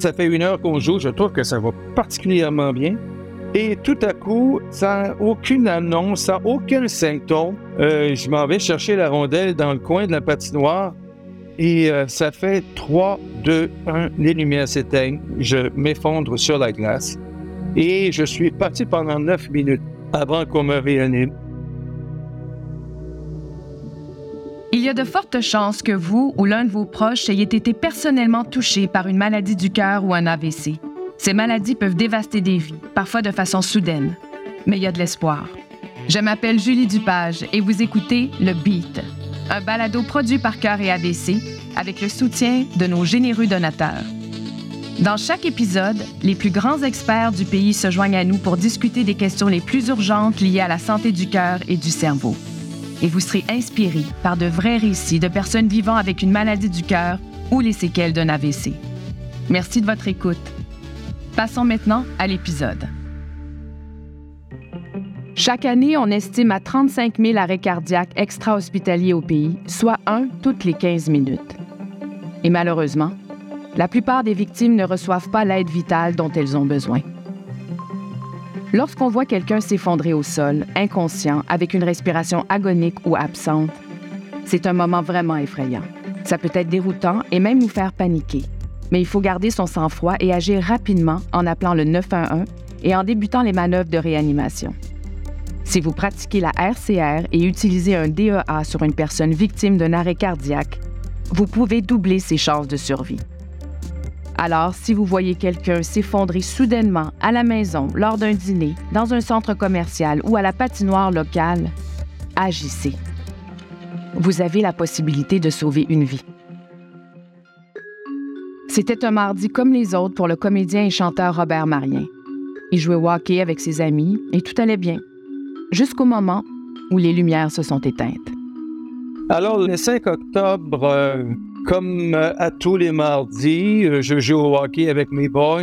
Ça fait 1 heure qu'on joue, je trouve que ça va particulièrement bien. Et tout à coup, sans aucune annonce, sans aucun symptôme, je m'en vais chercher la rondelle dans le coin de la patinoire et ça fait 3, 2, 1, les lumières s'éteignent, je m'effondre sur la glace et je suis parti pendant 9 minutes avant qu'on me réanime. Il y a de fortes chances que vous ou l'un de vos proches ayez été personnellement touché par une maladie du cœur ou un AVC. Ces maladies peuvent dévaster des vies, parfois de façon soudaine. Mais il y a de l'espoir. Je m'appelle Julie Dupage et vous écoutez Le Beat, un balado produit par Cœur et AVC avec le soutien de nos généreux donateurs. Dans chaque épisode, les plus grands experts du pays se joignent à nous pour discuter des questions les plus urgentes liées à la santé du cœur et du cerveau. Et vous serez inspirés par de vrais récits de personnes vivant avec une maladie du cœur ou les séquelles d'un AVC. Merci de votre écoute. Passons maintenant à l'épisode. Chaque année, on estime à 35 000 arrêts cardiaques extra-hospitaliers au pays, soit un toutes les 15 minutes. Et malheureusement, la plupart des victimes ne reçoivent pas l'aide vitale dont elles ont besoin. Lorsqu'on voit quelqu'un s'effondrer au sol, inconscient, avec une respiration agonique ou absente, c'est un moment vraiment effrayant. Ça peut être déroutant et même nous faire paniquer. Mais il faut garder son sang-froid et agir rapidement en appelant le 911 et en débutant les manœuvres de réanimation. Si vous pratiquez la RCR et utilisez un DEA sur une personne victime d'un arrêt cardiaque, vous pouvez doubler ses chances de survie. Alors, si vous voyez quelqu'un s'effondrer soudainement à la maison, lors d'un dîner, dans un centre commercial ou à la patinoire locale, agissez. Vous avez la possibilité de sauver une vie. C'était un mardi comme les autres pour le comédien et chanteur Robert Marien. Il jouait au hockey avec ses amis et tout allait bien, jusqu'au moment où les lumières se sont éteintes. Alors, le 5 octobre, comme à tous les mardis, je joue au hockey avec mes boys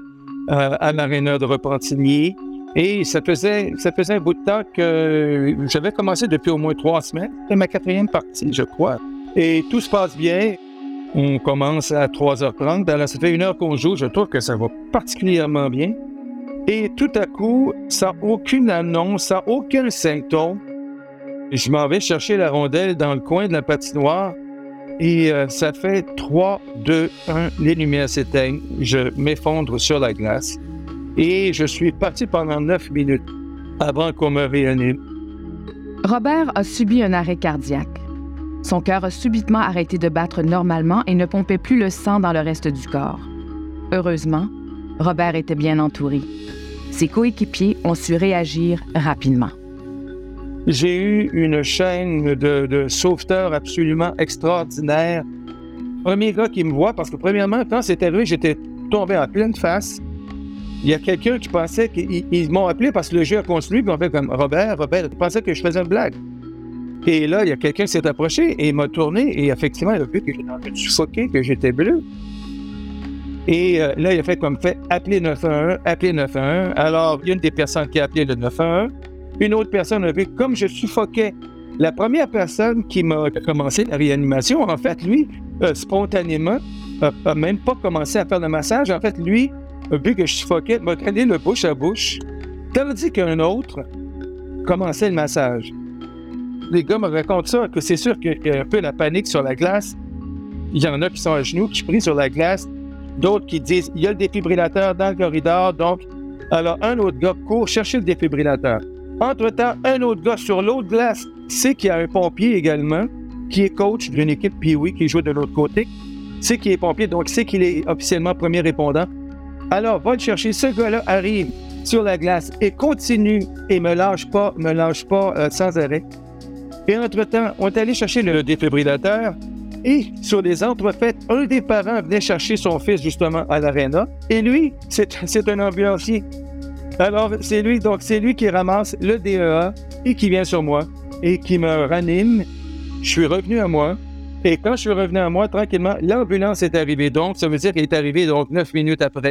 à l'aréna de Repentigny. Et ça faisait un bout de temps que j'avais commencé depuis au moins 3 semaines. C'était ma 4e partie, je crois. Et tout se passe bien. On commence à 3h30. Alors, ça fait 1 heure qu'on joue. Je trouve que ça va particulièrement bien. Et tout à coup, sans aucune annonce, sans aucun symptôme, je m'en vais chercher la rondelle dans le coin de la patinoire et ça fait 3, 2, 1, les lumières s'éteignent. Je m'effondre sur la glace et je suis parti pendant 9 minutes avant qu'on me réanime. Robert a subi un arrêt cardiaque. Son cœur a subitement arrêté de battre normalement et ne pompait plus le sang dans le reste du corps. Heureusement, Robert était bien entouré. Ses coéquipiers ont su réagir rapidement. J'ai eu une chaîne de sauveteurs absolument extraordinaire. Premier gars qui me voit, parce que premièrement, quand c'est arrivé, j'étais tombé en pleine face. Il y a quelqu'un qui pensait qu'ils m'ont appelé parce que le jeu a construit, puis on fait comme Robert, tu pensais que je faisais une blague. Et là, il y a quelqu'un qui s'est approché et il m'a tourné et effectivement, il a vu que j'étais en train de suffoquer, que j'étais bleu. Et là, il a fait comme fait, appelez 911, appelez 911. Alors, il y a une des personnes qui a appelé le 911. Une autre personne a vu, comme je suffoquais, la première personne qui m'a commencé la réanimation, en fait, lui, spontanément, n'a même pas commencé à faire le massage. En fait, lui, vu que je suffoquais, m'a traîné le bouche à bouche, tandis qu'un autre commençait le massage. Les gars me racontent ça, que c'est sûr qu'il y a un peu la panique sur la glace. Il y en a qui sont à genoux, qui prient sur la glace. D'autres qui disent, il y a le défibrillateur dans le corridor. Donc, alors, un autre gars court chercher le défibrillateur. Entre-temps, un autre gars sur l'autre glace sait qu'il y a un pompier également, qui est coach d'une équipe Pee-Wee qui joue de l'autre côté, sait qu'il est pompier, donc sait qu'il est officiellement premier répondant. Alors, va le chercher. Ce gars-là arrive sur la glace et continue et me lâche pas sans arrêt. Et entre-temps, on est allé chercher le défibrillateur et sur les entrefaites, un des parents venait chercher son fils justement à l'aréna et lui, c'est un ambulancier. Alors, c'est lui qui ramasse le DEA et qui vient sur moi et qui me ranime. Je suis revenu à moi. Et quand je suis revenu à moi, tranquillement, l'ambulance est arrivée. Donc, ça veut dire qu'elle est arrivée 9 minutes après.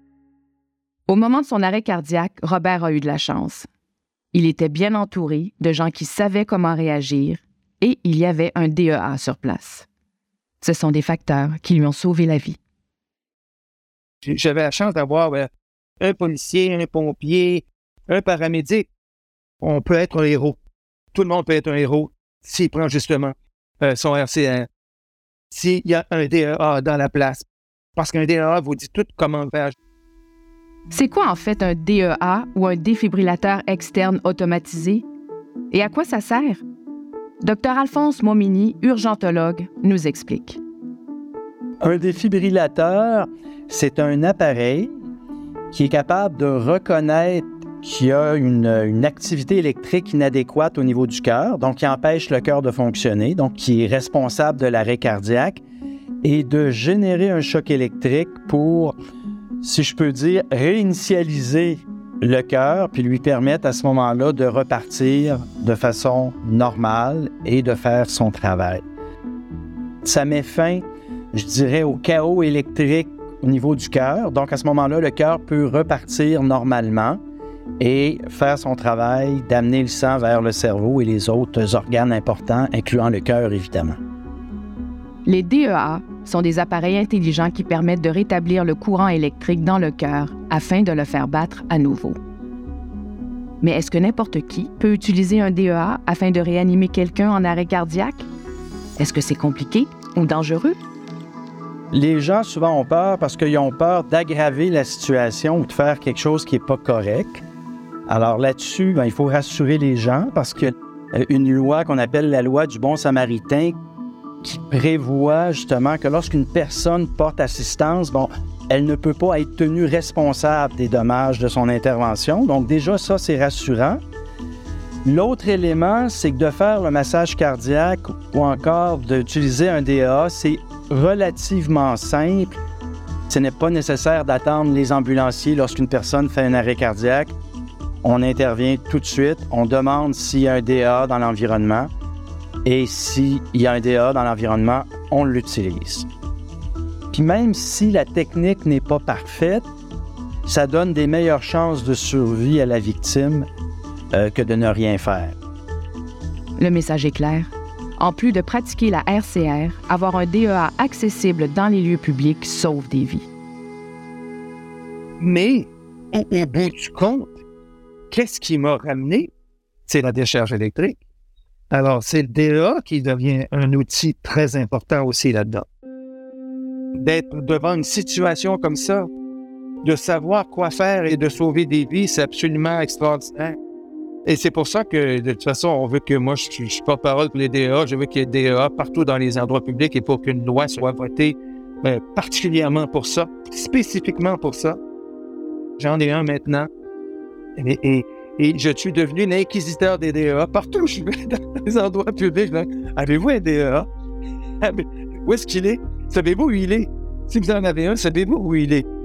Au moment de son arrêt cardiaque, Robert a eu de la chance. Il était bien entouré de gens qui savaient comment réagir et il y avait un DEA sur place. Ce sont des facteurs qui lui ont sauvé la vie. J'avais la chance d'avoir un policier, un pompier, un paramédic. On peut être un héros. Tout le monde peut être un héros s'il prend justement son RCR. S'il y a un DEA dans la place. Parce qu'un DEA vous dit tout comment faire. C'est quoi en fait un DEA ou un défibrillateur externe automatisé? Et à quoi ça sert? Dr Alphonse Momigny, urgentologue, nous explique. Un défibrillateur, c'est un appareil qui est capable de reconnaître qu'il y a une activité électrique inadéquate au niveau du cœur, donc qui empêche le cœur de fonctionner, donc qui est responsable de l'arrêt cardiaque, et de générer un choc électrique pour, si je peux dire, réinitialiser le cœur, puis lui permettre à ce moment-là de repartir de façon normale et de faire son travail. Ça met fin, je dirais, au chaos électrique au niveau du cœur. Donc, à ce moment-là, le cœur peut repartir normalement et faire son travail d'amener le sang vers le cerveau et les autres organes importants, incluant le cœur, évidemment. Les DEA sont des appareils intelligents qui permettent de rétablir le courant électrique dans le cœur afin de le faire battre à nouveau. Mais est-ce que n'importe qui peut utiliser un DEA afin de réanimer quelqu'un en arrêt cardiaque? Est-ce que c'est compliqué ou dangereux? Les gens souvent ont peur parce qu'ils ont peur d'aggraver la situation ou de faire quelque chose qui n'est pas correct. Alors là-dessus, il faut rassurer les gens parce qu'il y a une loi qu'on appelle la loi du bon samaritain qui prévoit justement que lorsqu'une personne porte assistance, elle ne peut pas être tenue responsable des dommages de son intervention. Donc déjà, ça, c'est rassurant. L'autre élément, c'est que de faire le massage cardiaque ou encore d'utiliser un DEA, c'est relativement simple. Ce n'est pas nécessaire d'attendre les ambulanciers lorsqu'une personne fait un arrêt cardiaque. On intervient tout de suite. On demande s'il y a un DEA dans l'environnement. Et s'il y a un DEA dans l'environnement, on l'utilise. Puis même si la technique n'est pas parfaite, ça donne des meilleures chances de survie à la victime que de ne rien faire. Le message est clair. En plus de pratiquer la RCR, avoir un DEA accessible dans les lieux publics sauve des vies. Mais, au bout du compte, qu'est-ce qui m'a ramené? C'est la décharge électrique. Alors, c'est le DEA qui devient un outil très important aussi là-dedans. D'être devant une situation comme ça, de savoir quoi faire et de sauver des vies, c'est absolument extraordinaire. Et c'est pour ça que, de toute façon, on veut que moi, je suis porte-parole pour les DEA. Je veux qu'il y ait des DEA partout dans les endroits publics et pour qu'une loi soit votée particulièrement pour ça, spécifiquement pour ça. J'en ai un maintenant. Et je suis devenu l'inquisiteur des DEA. Partout où je vais dans les endroits publics, là, avez-vous un DEA? Où est-ce qu'il est? Savez-vous où il est? Si vous en avez un, savez-vous où il est?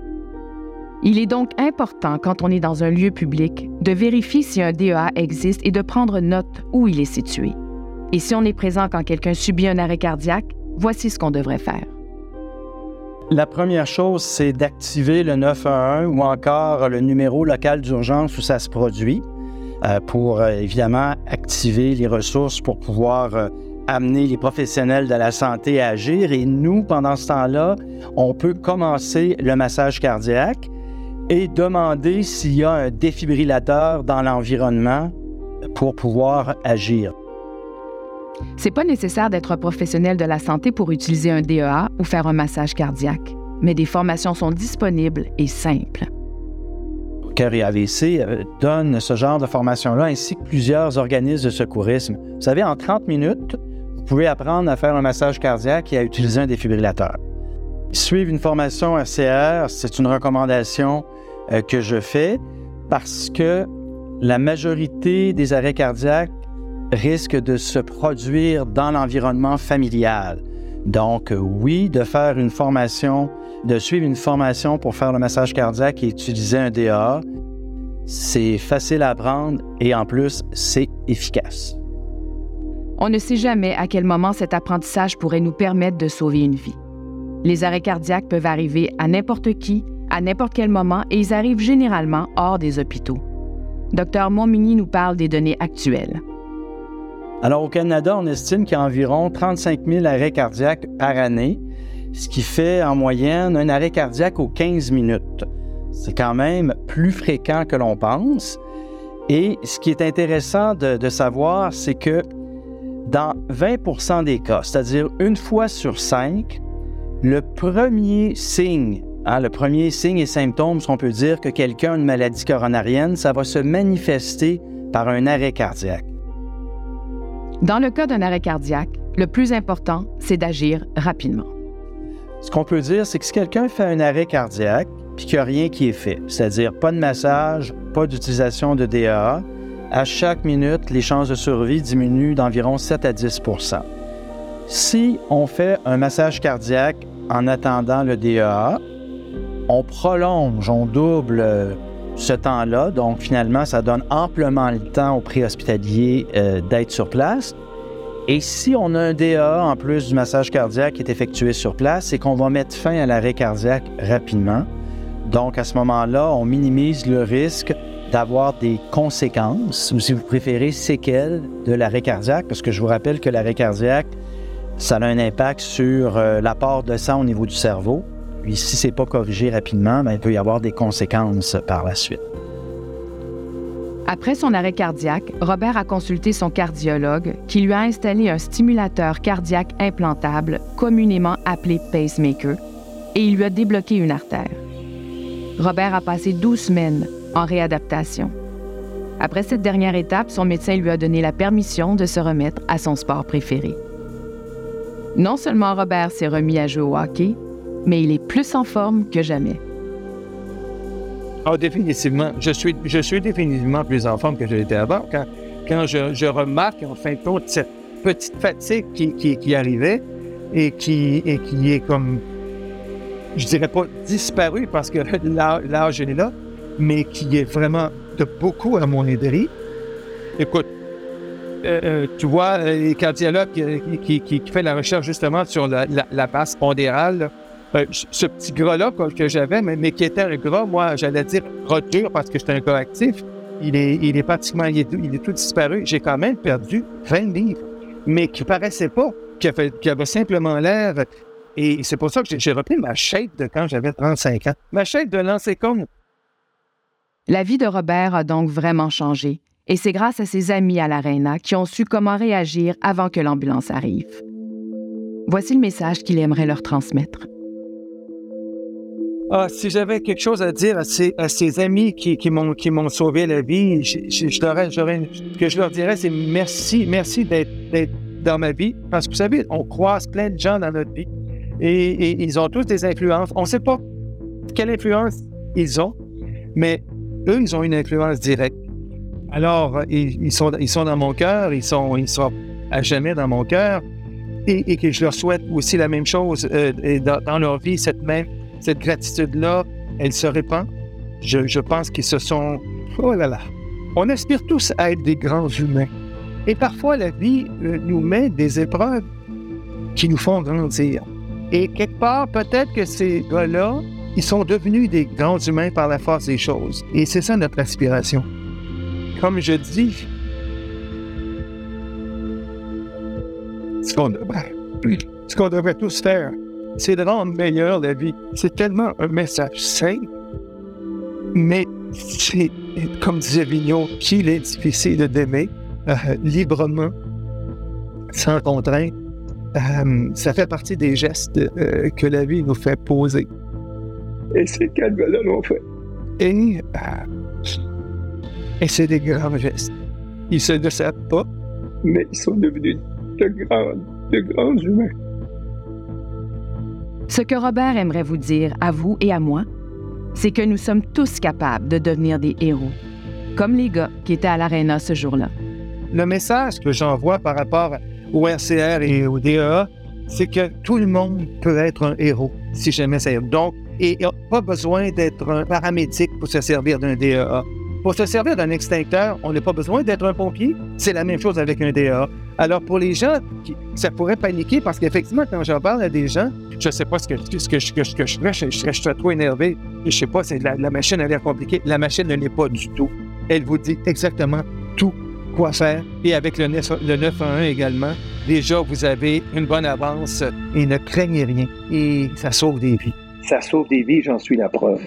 Il est donc important, quand on est dans un lieu public, de vérifier si un DEA existe et de prendre note où il est situé. Et si on est présent quand quelqu'un subit un arrêt cardiaque, voici ce qu'on devrait faire. La première chose, c'est d'activer le 911 ou encore le numéro local d'urgence où ça se produit pour, évidemment, activer les ressources pour pouvoir amener les professionnels de la santé à agir. Et nous, pendant ce temps-là, on peut commencer le massage cardiaque et demander s'il y a un défibrillateur dans l'environnement pour pouvoir agir. C'est pas nécessaire d'être un professionnel de la santé pour utiliser un DEA ou faire un massage cardiaque, mais des formations sont disponibles et simples. Cœur et AVC donne ce genre de formation-là ainsi que plusieurs organismes de secourisme. Vous savez, en 30 minutes, vous pouvez apprendre à faire un massage cardiaque et à utiliser un défibrillateur. Suivre une formation RCR, c'est une recommandation que je fais parce que la majorité des arrêts cardiaques risquent de se produire dans l'environnement familial. Donc, oui, de faire une formation, de suivre une formation pour faire le massage cardiaque et utiliser un DEA, c'est facile à apprendre et en plus, c'est efficace. On ne sait jamais à quel moment cet apprentissage pourrait nous permettre de sauver une vie. Les arrêts cardiaques peuvent arriver à n'importe qui, à n'importe quel moment, et ils arrivent généralement hors des hôpitaux. Dr Momigny nous parle des données actuelles. Alors, au Canada, on estime qu'il y a environ 35 000 arrêts cardiaques par année. ce qui fait en moyenne un arrêt cardiaque aux 15 minutes. C'est quand même plus fréquent que l'on pense. Et ce qui est intéressant de savoir, c'est que dans 20% des cas, c'est-à-dire une fois sur 5, le premier signe et symptôme, si on peut dire que quelqu'un a une maladie coronarienne, ça va se manifester par un arrêt cardiaque. Dans le cas d'un arrêt cardiaque, le plus important, c'est d'agir rapidement. Ce qu'on peut dire, c'est que si quelqu'un fait un arrêt cardiaque puis qu'il n'y a rien qui est fait, c'est-à-dire pas de massage, pas d'utilisation de DAA, à chaque minute, les chances de survie diminuent d'environ 7 à 10 %. Si on fait un massage cardiaque en attendant le DAA, on prolonge, on double ce temps-là. Donc, finalement, ça donne amplement le temps au préhospitalier d'être sur place. Et si on a un DAA en plus du massage cardiaque qui est effectué sur place, c'est qu'on va mettre fin à l'arrêt cardiaque rapidement. Donc, à ce moment-là, on minimise le risque d'avoir des conséquences, ou si vous préférez, séquelles de l'arrêt cardiaque, parce que je vous rappelle que l'arrêt cardiaque, ça a un impact sur l'apport de sang au niveau du cerveau. Puis si ce n'est pas corrigé rapidement, il peut y avoir des conséquences par la suite. Après son arrêt cardiaque, Robert a consulté son cardiologue qui lui a installé un stimulateur cardiaque implantable, communément appelé pacemaker, et il lui a débloqué une artère. Robert a passé 12 semaines en réadaptation. Après cette dernière étape, son médecin lui a donné la permission de se remettre à son sport préféré. Non seulement Robert s'est remis à jouer au hockey, mais il est plus en forme que jamais. Ah, définitivement. Je suis définitivement plus en forme que je l'étais avant. Quand je remarque, en fin de compte, cette petite fatigue qui arrivait et qui est comme, je dirais pas disparue parce que l'âge est là, mais qui est vraiment de beaucoup amoindri. Écoute, tu vois, les cardiologues qui fait la recherche justement sur la masse pondérale, ce petit gras-là que j'avais, mais qui était un gras, moi, j'allais dire gras dur parce que j'étais un gars actif, il est pratiquement, il est tout disparu. J'ai quand même perdu 20 livres, mais qui ne paraissait pas, qui avait simplement l'air. Et c'est pour ça que j'ai repris ma shape de quand j'avais 35 ans. Ma shape de lancer compte. La vie de Robert a donc vraiment changé. Et c'est grâce à ses amis à l'Arena qui ont su comment réagir avant que l'ambulance arrive. Voici le message qu'il aimerait leur transmettre. Ah, si j'avais quelque chose à dire à ces amis qui m'ont sauvé la vie, ce que je leur dirais, c'est merci d'être dans ma vie. Parce que vous savez, on croise plein de gens dans notre vie et ils ont tous des influences. On ne sait pas quelle influence ils ont, mais eux, ils ont une influence directe. Alors, ils sont dans mon cœur, ils sont à jamais dans mon cœur et que je leur souhaite aussi la même chose dans leur vie, cette gratitude-là, elle se répand. Je pense qu'ils se sont... Oh là là! On aspire tous à être des grands humains. Et parfois, la vie nous met des épreuves qui nous font grandir. Et quelque part, peut-être que ces gars-là, ils sont devenus des grands humains par la force des choses. Et c'est ça notre aspiration. Comme je dis, ce qu'on devrait tous faire, c'est de rendre meilleure la vie. C'est tellement un message simple, mais c'est, comme disait Vigneault, qu'il est difficile d'aimer librement, sans contrainte. Ça fait partie des gestes que la vie nous fait poser. Et ces quatre gars-là l'ont fait. Et c'est des grands gestes. Ils se le savent pas, mais ils sont devenus de grands humains. Ce que Robert aimerait vous dire, à vous et à moi, c'est que nous sommes tous capables de devenir des héros, comme les gars qui étaient à l'Arena ce jour-là. Le message que j'envoie par rapport au RCR et au DAA, c'est que tout le monde peut être un héros, si jamais ça aide. Donc, il n'y a pas besoin d'être un paramédic pour se servir d'un DAA. Pour se servir d'un extincteur, on n'a pas besoin d'être un pompier. C'est la même chose avec un DAA. Alors, pour les gens, ça pourrait paniquer parce qu'effectivement, quand j'en parle à des gens, je ne sais pas ce que je ferais, je serais trop énervé. Je ne sais pas, la machine a l'air compliquée. La machine ne l'est pas du tout. Elle vous dit exactement tout quoi faire. Et avec le 911 également, déjà, vous avez une bonne avance et ne craignez rien. Et ça sauve des vies. Ça sauve des vies, j'en suis la preuve.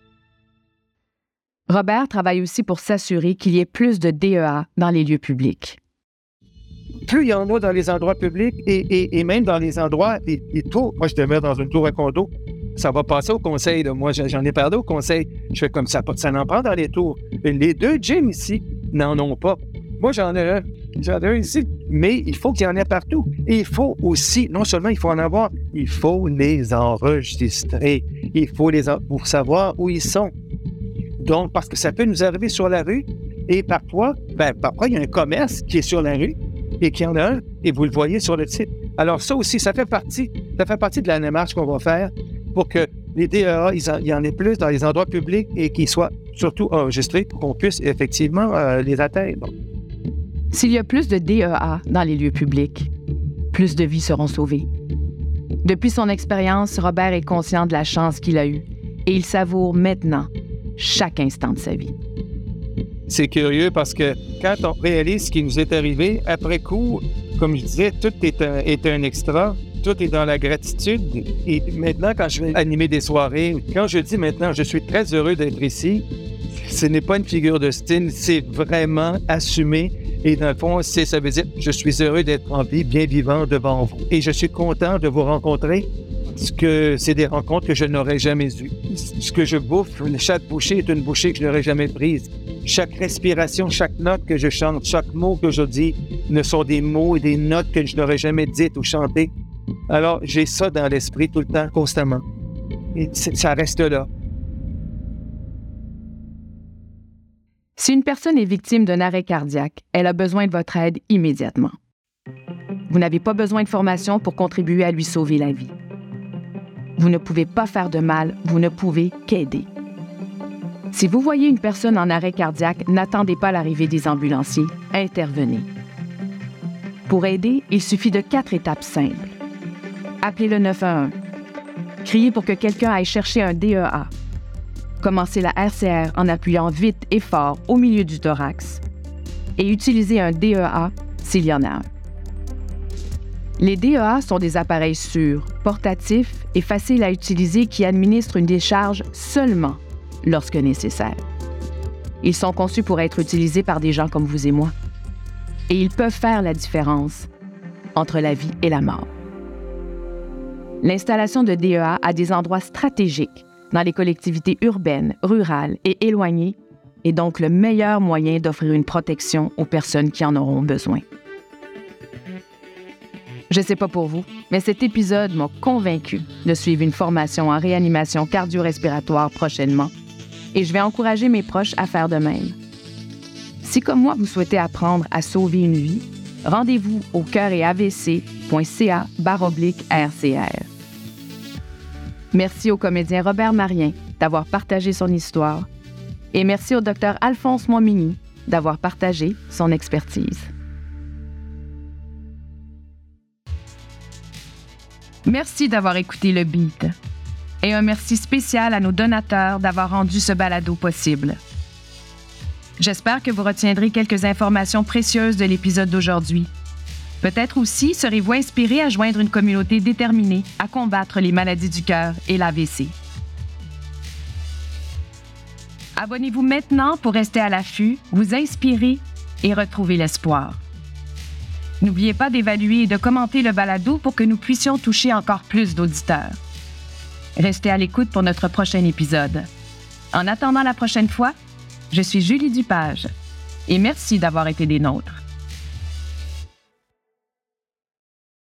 Robert travaille aussi pour s'assurer qu'il y ait plus de DEA dans les lieux publics. Plus il y en a dans les endroits publics et même dans les endroits, les tours. Moi, je demeure dans une tour à condo. Ça va passer au conseil. Moi, j'en ai parlé au conseil. Je fais comme ça n'en prend dans les tours. Les 2 gyms ici n'en ont pas. Moi, j'en ai un ici. Mais il faut qu'il y en ait partout. Et il faut aussi, non seulement il faut en avoir, il faut les enregistrer. Il faut pour savoir où ils sont. Donc, parce que ça peut nous arriver sur la rue et parfois, il y a un commerce qui est sur la rue et qui en a un et vous le voyez sur le site. Alors ça aussi, ça fait partie de la démarche qu'on va faire pour que les DEA, il y en ait plus dans les endroits publics et qu'ils soient surtout enregistrés pour qu'on puisse effectivement les atteindre. S'il y a plus de DEA dans les lieux publics, plus de vies seront sauvées. Depuis son expérience, Robert est conscient de la chance qu'il a eue et il savoure maintenant chaque instant de sa vie. C'est curieux parce que quand on réalise ce qui nous est arrivé, après coup, comme je disais, tout est un extra, tout est dans la gratitude. Et maintenant, quand je vais animer des soirées, quand je dis maintenant, je suis très heureux d'être ici, ce n'est pas une figure de style, c'est vraiment assumé. Et dans le fond, ça veut dire, je suis heureux d'être en vie, bien vivant devant vous. Et je suis content de vous rencontrer. Parce que c'est des rencontres que je n'aurais jamais eues. Ce que je bouffe, chaque bouchée est une bouchée que je n'aurais jamais prise. Chaque respiration, chaque note que je chante, chaque mot que je dis ne sont des mots et des notes que je n'aurais jamais dites ou chantées. Alors, j'ai ça dans l'esprit tout le temps, constamment. Et ça reste là. Si une personne est victime d'un arrêt cardiaque, elle a besoin de votre aide immédiatement. Vous n'avez pas besoin de formation pour contribuer à lui sauver la vie. Vous ne pouvez pas faire de mal, vous ne pouvez qu'aider. Si vous voyez une personne en arrêt cardiaque, n'attendez pas l'arrivée des ambulanciers, intervenez. Pour aider, il suffit de 4 étapes simples. Appelez le 911. Criez pour que quelqu'un aille chercher un DEA. Commencez la RCR en appuyant vite et fort au milieu du thorax. Et utilisez un DEA s'il y en a un. Les DEA sont des appareils sûrs, portatifs et faciles à utiliser qui administrent une décharge seulement lorsque nécessaire. Ils sont conçus pour être utilisés par des gens comme vous et moi. Et ils peuvent faire la différence entre la vie et la mort. L'installation de DEA à des endroits stratégiques dans les collectivités urbaines, rurales et éloignées est donc le meilleur moyen d'offrir une protection aux personnes qui en auront besoin. Je ne sais pas pour vous, mais cet épisode m'a convaincu de suivre une formation en réanimation cardio-respiratoire prochainement et je vais encourager mes proches à faire de même. Si, comme moi, vous souhaitez apprendre à sauver une vie, rendez-vous au cœuretavc.ca/RCR. Merci au comédien Robert Marien d'avoir partagé son histoire et merci au Dr Alphonse Moimigny d'avoir partagé son expertise. Merci d'avoir écouté Le Beat. Et un merci spécial à nos donateurs d'avoir rendu ce balado possible. J'espère que vous retiendrez quelques informations précieuses de l'épisode d'aujourd'hui. Peut-être aussi serez-vous inspiré à joindre une communauté déterminée à combattre les maladies du cœur et l'AVC. Abonnez-vous maintenant pour rester à l'affût, vous inspirer et retrouver l'espoir. N'oubliez pas d'évaluer et de commenter le balado pour que nous puissions toucher encore plus d'auditeurs. Restez à l'écoute pour notre prochain épisode. En attendant la prochaine fois, je suis Julie Dupage et merci d'avoir été des nôtres.